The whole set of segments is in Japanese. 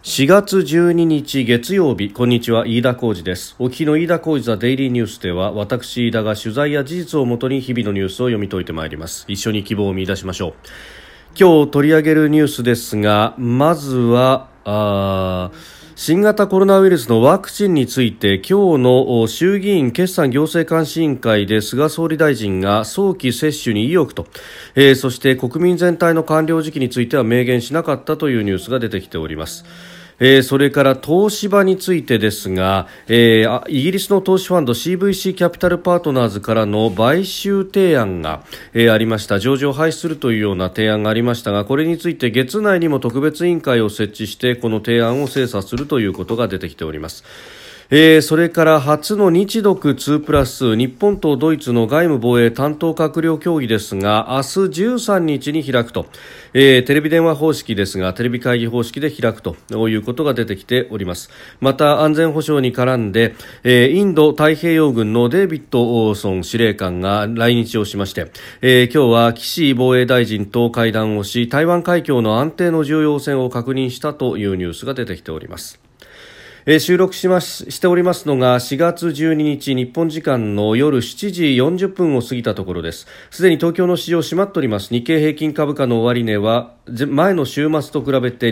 4月12日月曜日、こんにちは、飯田浩司です。お聞きの飯田浩司ザデイリーニュースでは、私飯田が取材や事実をもとに日々のニュースを読み解いてまいります。一緒に希望を見出しましょう。今日取り上げるニュースですが、まずは新型コロナウイルスのワクチンについて、今日の衆議院決算行政監視委員会で菅総理大臣が早期接種に意欲と、そして国民全体の完了時期については明言しなかったというニュースが出てきております。それから東芝についてですが、イギリスの投資ファンド CVC キャピタルパートナーズからの買収提案が、ありました。上場を廃止するというような提案がありましたが、これについて月内にも特別委員会を設置してこの提案を精査するということが出てきております。それから初の日独2プラス日本とドイツの外務防衛担当閣僚協議ですが、明日13日に開くと、テレビ電話方式ですがテレビ会議方式で開くということが出てきております。また安全保障に絡んで、インド太平洋軍のデイビッドソン司令官が来日をしまして、今日は岸防衛大臣と会談をし、台湾海峡の安定の重要性を確認したというニュースが出てきております。収録しておりますのが4月12日日本時間の夜7時40分を過ぎたところです。すでに東京の市場閉まっております。日経平均株価の終値は前の週末と比べて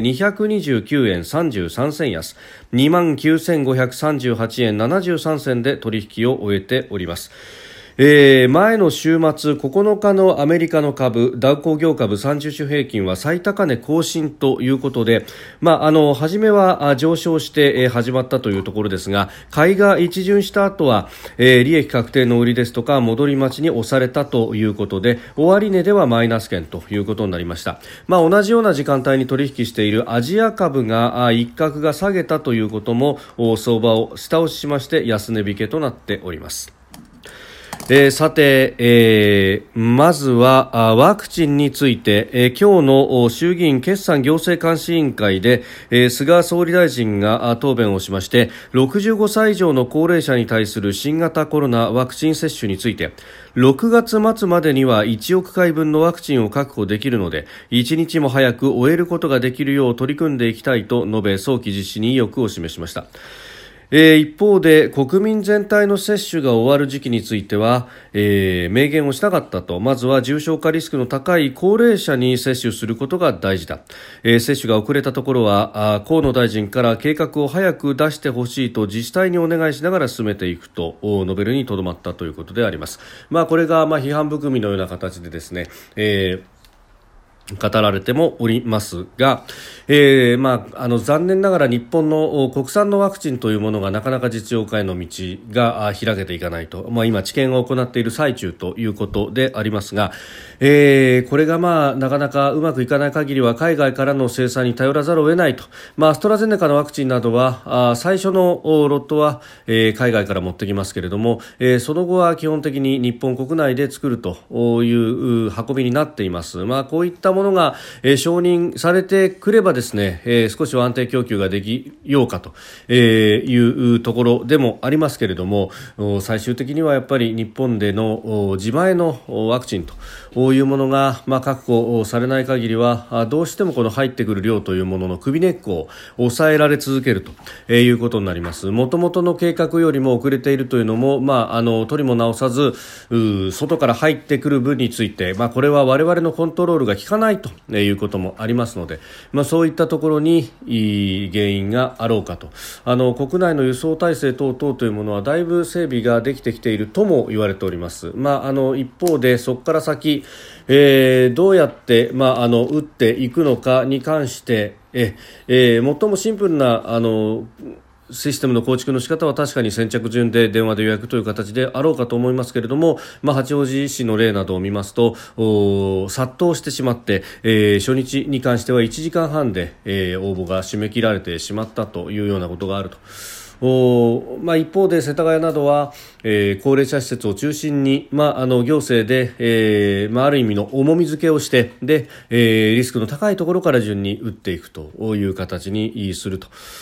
229円33銭安、29,538円73銭で取引を終えております。前の週末9日のアメリカの株ダウ工業株30種平均は最高値更新ということで、初めは上昇して始まったというところですが、買いが一巡した後は利益確定の売りですとか戻り待ちに押されたということで、終値ではマイナス圏ということになりました。同じような時間帯に取引しているアジア株が一角が下げたということも相場を下押ししまして安値引けとなっております。さて、まずはワクチンについて、今日の衆議院決算行政監視委員会で、菅総理大臣が答弁をしまして、65歳以上の高齢者に対する新型コロナワクチン接種について6月末までには1億回分のワクチンを確保できるので、1日も早く終えることができるよう取り組んでいきたいと述べ、早期実施に意欲を示しました。一方で国民全体の接種が終わる時期については、明言をしなかったと。まずは重症化リスクの高い高齢者に接種することが大事だ。接種が遅れたところは河野大臣から計画を早く出してほしいと自治体にお願いしながら進めていくと述べるにとどまったということであります。これが批判含みのような形でですね、語られてもおりますが、残念ながら日本の国産のワクチンというものがなかなか実用化への道が開けていかないと、今治験を行っている最中ということでありますが、これがなかなかうまくいかない限りは海外からの生産に頼らざるを得ないと。アストラゼネカのワクチンなどは最初のロットは、海外から持ってきますけれども、その後は基本的に日本国内で作るという運びになっています。こういったものが、承認されてくればですね、少しは安定供給ができようかというところでもありますけれども、最終的にはやっぱり日本での自前のワクチンというものが、確保されない限りはどうしてもこの入ってくる量というものの首根っこを抑えられ続けるということになります。元々の計画よりも遅れているというのも、取りも直さず外から入ってくる分について、これは我々のコントロールが効かないということもありますので、そういったところに原因があろうかと。国内の輸送体制等々というものはだいぶ整備ができてきているとも言われております。一方でそこから先、どうやって、打っていくのかに関して最もシンプルなシステムの構築の仕方は確かに先着順で電話で予約という形であろうかと思いますけれども、八王子市の例などを見ますと殺到してしまって、初日に関しては1時間半で、応募が締め切られてしまったというようなことがあると。一方で世田谷などは、高齢者施設を中心に、行政で、ある意味の重み付けをしてリスクの高いところから順に打っていくという形にすると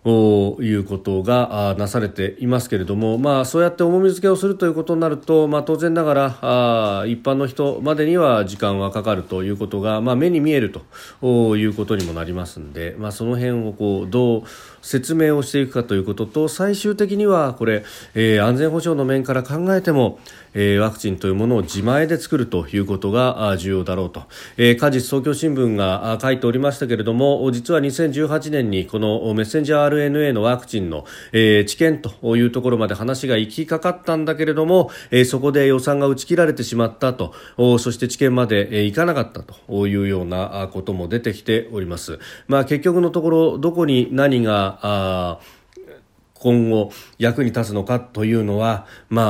いうことがなされていますけれども、そうやって重み付けをするということになると、当然ながら一般の人までには時間はかかるということが、目に見えるということにもなりますので、その辺をどう説明をしていくかということと、最終的にはこれ、安全保障の面から考えても、ワクチンというものを自前で作るということが重要だろうと、過日東京新聞が書いておりましたけれども、実は2018年にこのメッセンジャー RNA のワクチンの、治験というところまで話が行きかかったんだけれども、そこで予算が打ち切られてしまったと、そして治験まで行かなかったというようなことも出てきております。結局のところどこに何が今後役に立つのかというのは、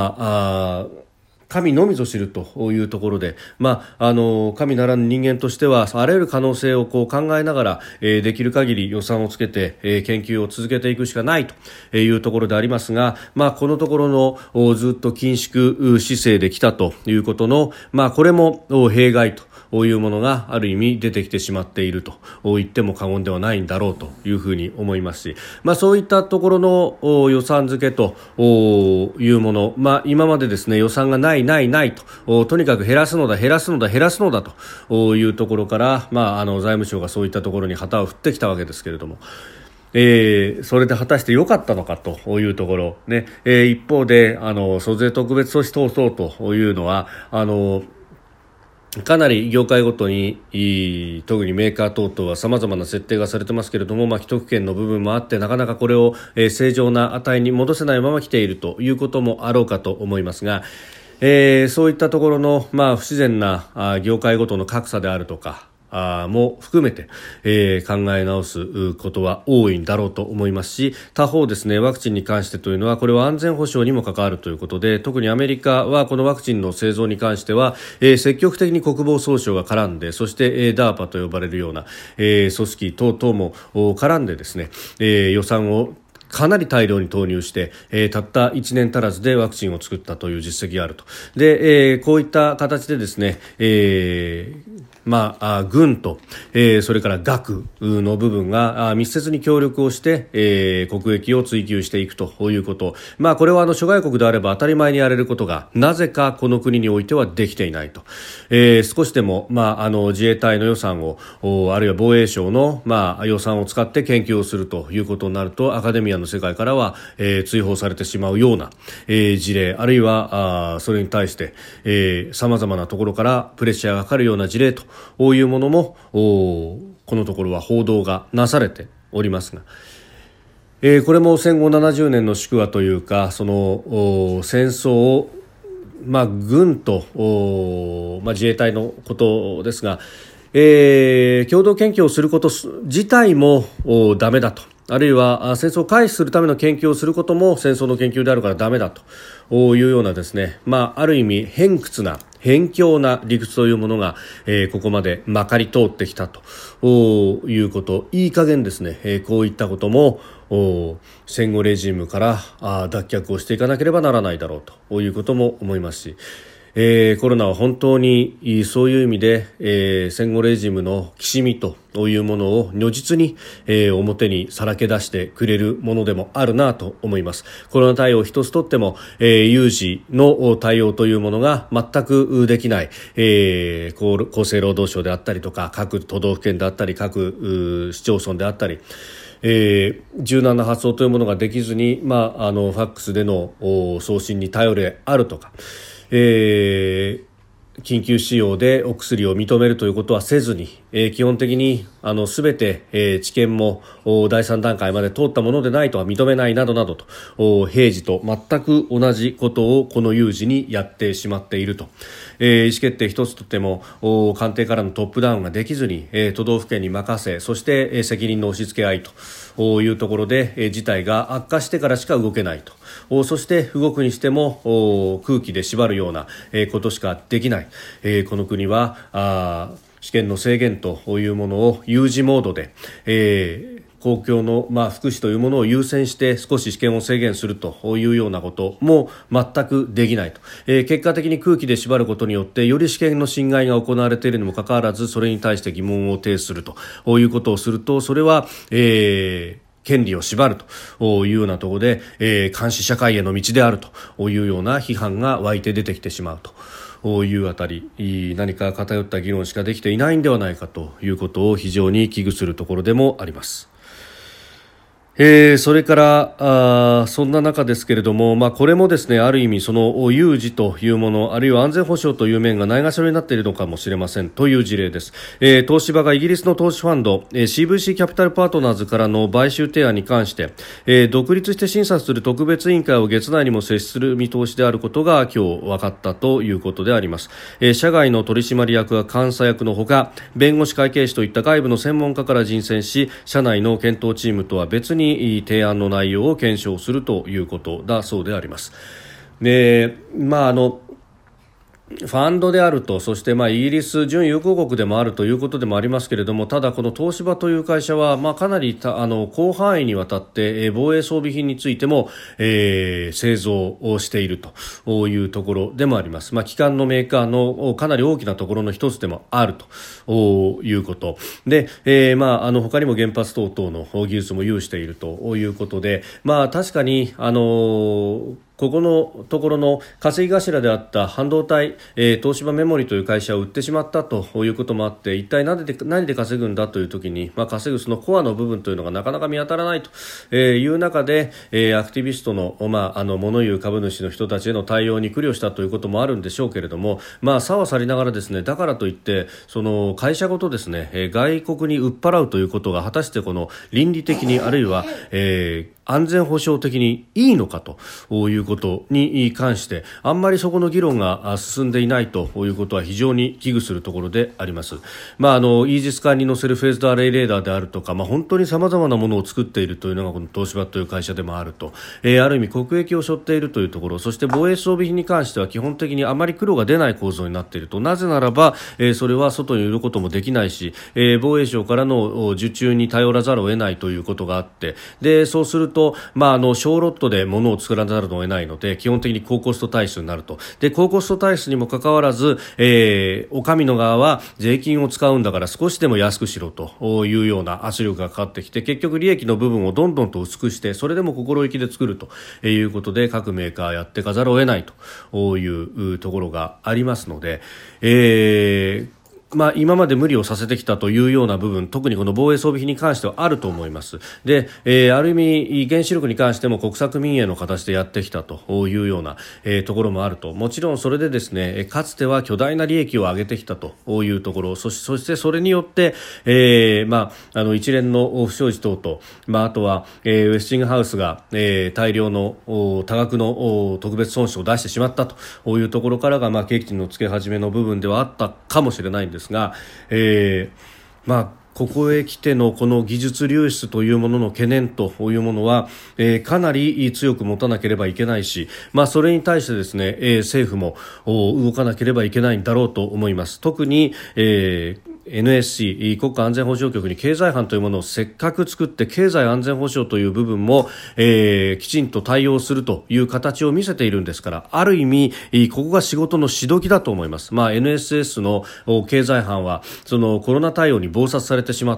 神のみぞ知るというところで、神ならぬ人間としてはあらゆる可能性を考えながら、できる限り予算をつけて、研究を続けていくしかないというところでありますが、このところのずっと緊縮姿勢できたということの、これも弊害というものがある意味出てきてしまっていると言っても過言ではないんだろうというふうに思いますし、そういったところの予算付けというもの、今までですね、予算がないとにかく減らすのだというところから、財務省がそういったところに旗を振ってきたわけですけれども、それで果たして良かったのかというところ、ね、一方で租税特別措置等々というのはかなり業界ごとに特にメーカー等々は様々な設定がされてますけれども、既得権の部分もあってなかなかこれを正常な値に戻せないまま来ているということもあろうかと思いますが、そういったところの、不自然な業界ごとの格差であるとかも含めて、考え直すことは多いんだろうと思いますし、他方ですね、ワクチンに関してというのはこれは安全保障にも関わるということで、特にアメリカはこのワクチンの製造に関しては、積極的に国防総省が絡んで、そして、DARPA と呼ばれるような、組織等々も絡んでですね、予算をかなり大量に投入して、たった1年足らずでワクチンを作ったという実績があると。で、こういった形でですね、軍と、それから学の部分が密接に協力をして、国益を追求していくということ、これは諸外国であれば当たり前にやれることがなぜかこの国においてはできていないと、少しでも、自衛隊の予算をあるいは防衛省の、予算を使って研究をするということになると、アカデミアの世界からは、追放されてしまうような、事例、あるいはそれに対して様々なところからプレッシャーがかかるような事例というものもこのところは報道がなされておりますが、これも戦後70年の宿話というか、その戦争を軍と自衛隊のことですが、共同研究をすること自体もダメだと、あるいは戦争を回避するための研究をすることも戦争の研究であるからダメだというようなですね、ある意味偏狭な理屈というものが、ここまでまかり通ってきたということ、いい加減ですね、こういったことも戦後レジームから脱却をしていかなければならないだろうということも思いますし、コロナは本当にそういう意味で、戦後レジームのきしみというものを如実に、表にさらけ出してくれるものでもあるなと思います。コロナ対応一つとっても、有事の対応というものが全くできない、厚生労働省であったりとか、各都道府県であったり、各市町村であったり、柔軟な発想というものができずに、ファックスでの送信に頼りあるとか、緊急使用でお薬を認めるということはせずに、基本的に全て、治験も第3段階まで通ったものでないとは認めないなどなどと、平時と全く同じことをこの有事にやってしまっていると、意思決定一つとっても官邸からのトップダウンができずに、都道府県に任せ、そして、責任の押し付け合いというところで、事態が悪化してからしか動けないと、そして動くにしても空気で縛るような、ことしかできない、この国は試験の制限というものを有事モードで、公共の、福祉というものを優先して少し試験を制限するというようなことも全くできないと、結果的に空気で縛ることによってより試験の侵害が行われているにもかかわらず、それに対して疑問を呈するということをすると、それは、 権利を縛るというようなところで、監視社会への道であるというような批判が湧いて出てきてしまうというあたり、何か偏った議論しかできていないんではないかということを非常に危惧するところでもあります。それからそんな中ですけれども、これもですね、ある意味その有事というもの、あるいは安全保障という面がないがしろになっているのかもしれませんという事例です。東芝がイギリスの投資ファンド、CVC キャピタルパートナーズからの買収提案に関して、独立して審査する特別委員会を月内にも設置する見通しであることが今日分かったということであります。社外の取締役は監査役のほか、弁護士会計士といった外部の専門家から人選し、社内の検討チームとは別に提案の内容を検証するということだそうであります。で、ファンドであると、そしてイギリス準友好国でもあるということでもありますけれども、ただこの東芝という会社は、かなり広範囲にわたって防衛装備品についても、製造をしているというところでもあります。基幹のメーカーのかなり大きなところの一つでもあるということで、他にも原発等々の技術も有しているということで、確かにここのところの稼ぎ頭であった半導体、東芝メモリという会社を売ってしまったということもあって、一体何で稼ぐんだという時に、稼ぐそのコアの部分というのがなかなか見当たらないという中で、アクティビストの、物言う株主の人たちへの対応に苦慮したということもあるんでしょうけれども、差は去りながらですね、だからといってその会社ごとですね、外国に売っ払うということが果たしてこの倫理的に、あるいは、安全保障的にいいのかということに関してあんまりそこの議論が進んでいないということは非常に危惧するところであります。イージス艦に乗せるフェーズドアレイレーダーであるとか、本当に様々なものを作っているというのがこの東芝という会社でもあると、ある意味国益を背負っているというところ、そして防衛装備品に関しては基本的にあまり苦労が出ない構造になっていると。なぜならば、それは外に売ることもできないし、防衛省からの受注に頼らざるを得ないということがあって、でそうすると小ロットで物を作らざるを得ないので、基本的に高コスト体質になると。で高コスト体質にもかかわらず、お上の側は税金を使うんだから少しでも安くしろというような圧力がかかってきて、結局利益の部分をどんどんと薄くして、それでも心意気で作るということで各メーカーやってかざるを得ないというところがありますので、今まで無理をさせてきたというような部分、特にこの防衛装備品に関してはあると思います。で、ある意味原子力に関しても国策民営の形でやってきたというような、ところもあると。もちろんそれでですね、かつては巨大な利益を上げてきたというところ、そしてそれによって、一連の不祥事等々、あとは、ウェスティングハウスが、大量の多額の特別損失を出してしまったというところからが、景気のつけ始めの部分ではあったかもしれないんですが、ここへ来てのこの技術流出というものの懸念というものは、かなり強く持たなければいけないし、それに対してですね、政府も動かなければいけないんだろうと思います。特に、NSC 国家安全保障局に経済班というものをせっかく作って、経済安全保障という部分も、きちんと対応するという形を見せているんですから、ある意味ここが仕事のしどきだと思います。NSS の経済班はそのコロナ対応に忙殺されてしまって、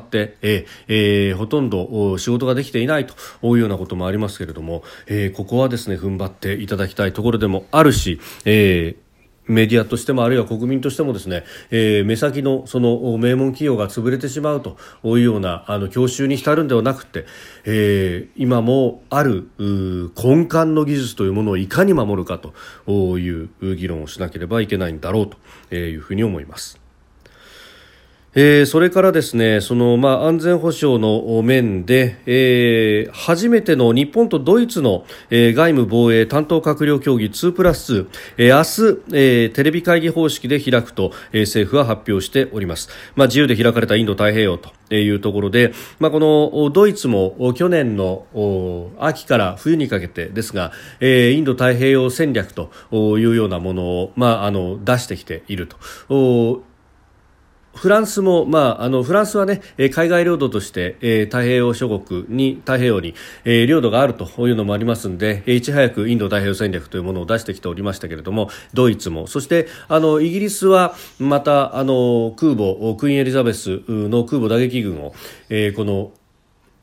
ほとんど仕事ができていないというようなこともありますけれども、ここはですね踏ん張っていただきたいところでもあるし、メディアとしてもあるいは国民としてもですね、目先のその名門企業が潰れてしまうというような強襲に浸るんではなくて、今もある根幹の技術というものをいかに守るかという議論をしなければいけないんだろうというふうに思います。それからですね、安全保障の面で、初めての日本とドイツの、外務防衛担当閣僚協議2プラス2、明日、テレビ会議方式で開くと、政府は発表しております。自由で開かれたインド太平洋というところで、このドイツも去年の秋から冬にかけてですが、インド太平洋戦略というようなものを、出してきていると。フランスも、フランスはね、海外領土として、太平洋に、領土があるというのもありますので、いち早くインド太平洋戦略というものを出してきておりましたけれども、ドイツも、そしてイギリスはまた空母クイーンエリザベスの空母打撃群を、この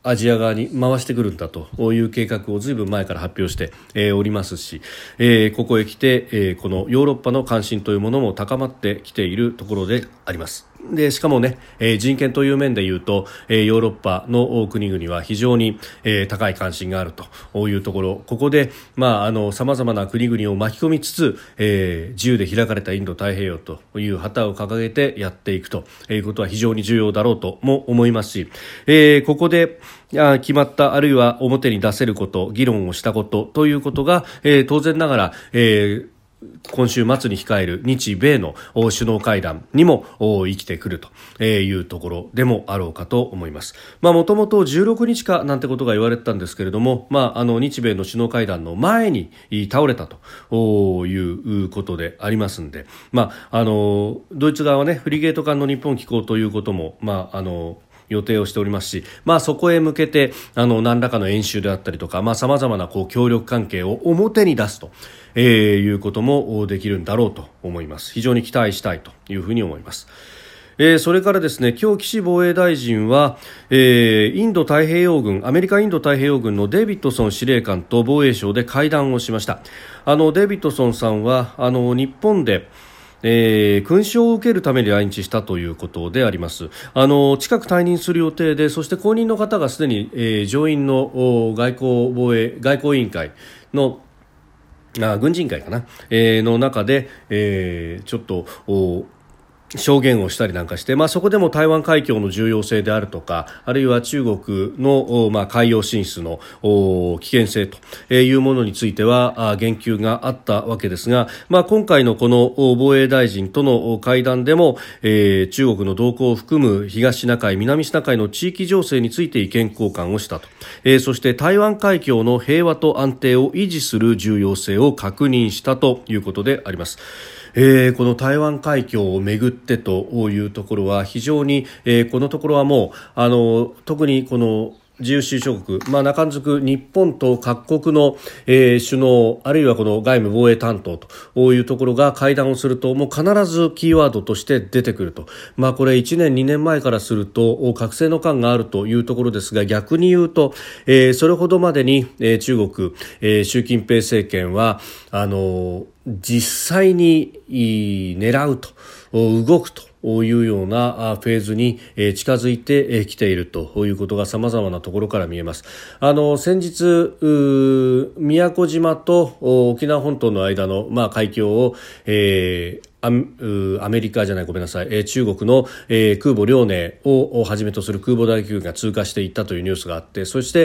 アジア側に回してくるんだという計画をずいぶん前から発表して、おりますし、ここへ来て、このヨーロッパの関心というものも高まってきているところであります。でしかもね、人権という面でいうと、ヨーロッパの国々は非常に、高い関心があるというところ、ここで様々な国々を巻き込みつつ、自由で開かれたインド太平洋という旗を掲げてやっていくということは非常に重要だろうとも思いますし、ここで決まったあるいは表に出せること、議論をしたことということが、当然ながら、今週末に控える日米の首脳会談にも生きてくるというところでもあろうかと思います。もともと16日かなんてことが言われてたんですけれども、日米の首脳会談の前に倒れたということでありますんで、ドイツ側はね、フリゲート艦の日本寄港ということも予定をしておりますし、そこへ向けて何らかの演習であったりとか、様々な協力関係を表に出すということもできるんだろうと思います。非常に期待したいというふうに思います。それからですね、今日岸防衛大臣は、インド太平洋軍、アメリカインド太平洋軍のデイビッドソン司令官と防衛省で会談をしました。デイビッドソンさんは日本で勲章を受けるために来日したということであります。近く退任する予定で、そして後任の方がすでに、上院の外交委員会の軍人会かな、の中で、ちょっと証言をしたりなんかして、そこでも台湾海峡の重要性であるとか、あるいは中国の、海洋進出の危険性というものについては言及があったわけですが、今回のこの防衛大臣との会談でも、中国の動向を含む東シナ海、南シナ海の地域情勢について意見交換をしたと、そして台湾海峡の平和と安定を維持する重要性を確認したということであります。この台湾海峡をめぐってというところは非常に、このところはもう特にこの自由主義諸国、中づく日本と各国の、首脳あるいはこの外務防衛担当というところが会談をするともう必ずキーワードとして出てくると、これ1年2年前からすると覚醒の感があるというところですが、逆に言うと、それほどまでに、中国、習近平政権は実際に狙うと動くというようなフェーズに近づいてきているということが様々なところから見えます。先日宮古島と沖縄本島の間の海峡をアメリカじゃないごめんなさい、中国の、空母遼寧をはじめとする空母打撃群が通過していったというニュースがあって、そして、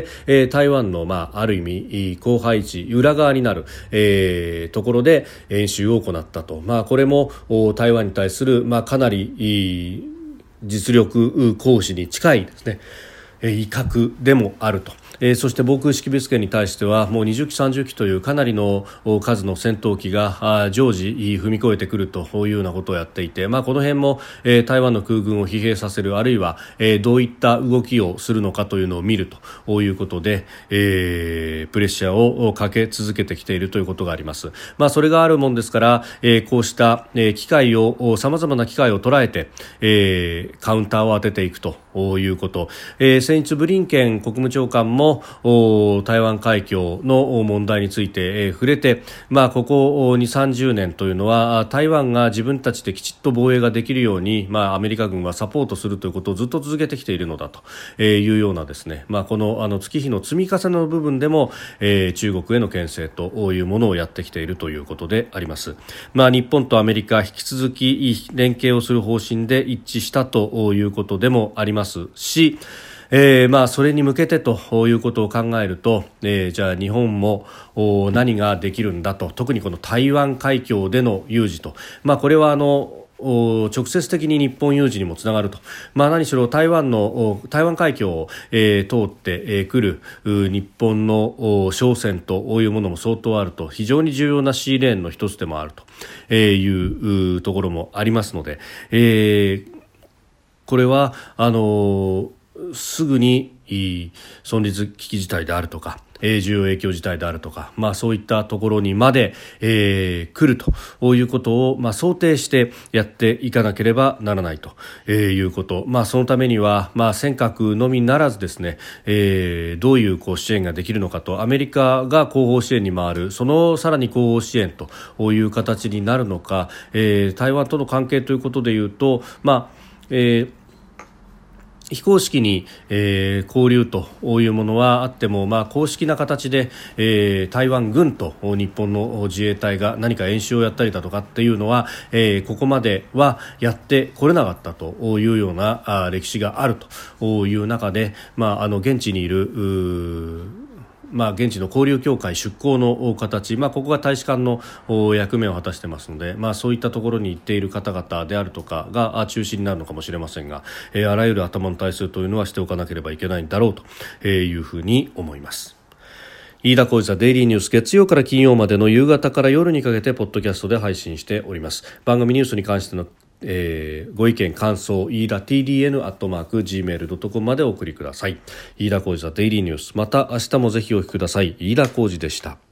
台湾の、ある意味広範囲地裏側になる、ところで演習を行ったと、これも台湾に対する、かなり実力行使に近いですね、威嚇でもあると。そして防空識別圏に対してはもう20機30機というかなりの数の戦闘機が常時踏み越えてくるというようなことをやっていて、この辺も台湾の空軍を疲弊させる、あるいはどういった動きをするのかというのを見るということで、プレッシャーをかけ続けてきているということがあります。それがあるもんですから、こうした機会を様々な機会を捉えてカウンターを当てていくということ、先日ブリンケン国務長官も台湾海峡の問題について、触れて、ここ2、30年というのは台湾が自分たちできちっと防衛ができるように、アメリカ軍はサポートするということをずっと続けてきているのだというようなですね、この月日の積み重ねの部分でも、中国への牽制というものをやってきているということであります。日本とアメリカ引き続き連携をする方針で一致したということでもありますし、それに向けてということを考えると、じゃあ日本も何ができるんだと、特にこの台湾海峡での有事と、これは直接的に日本有事にもつながると、何しろ台湾海峡を、通ってくる日本の商船というものも相当あると、非常に重要なシーレーンの一つでもあるというところもありますので、これはすぐに存立危機事態であるとか重要影響事態であるとか、そういったところにまで、来るということを、想定してやっていかなければならないということ、そのためには、尖閣のみならずですね、どういう支援ができるのかと、アメリカが後方支援に回る、そのさらに後方支援という形になるのか、台湾との関係ということでいうと、非公式に、交流というものはあっても、公式な形で、台湾軍と日本の自衛隊が何か演習をやったりだとかっていうのは、ここまではやってこれなかったというような歴史があるという中で、現地にいる現地の交流協会出向の形、ここが大使館の役目を果たしていますので、そういったところに行っている方々であるとかが中心になるのかもしれませんが、あらゆる頭の体操というのはしておかなければいけないんだろうというふうに思います。飯田浩司ザデイリーニュース、月曜から金曜までの夕方から夜にかけてポッドキャストで配信しております。番組ニュースに関してのご意見感想、飯田 tdn@gmail.com までお送りください。飯田浩司ザデイリーニュース、また明日もぜひお聞きください。飯田浩司でした。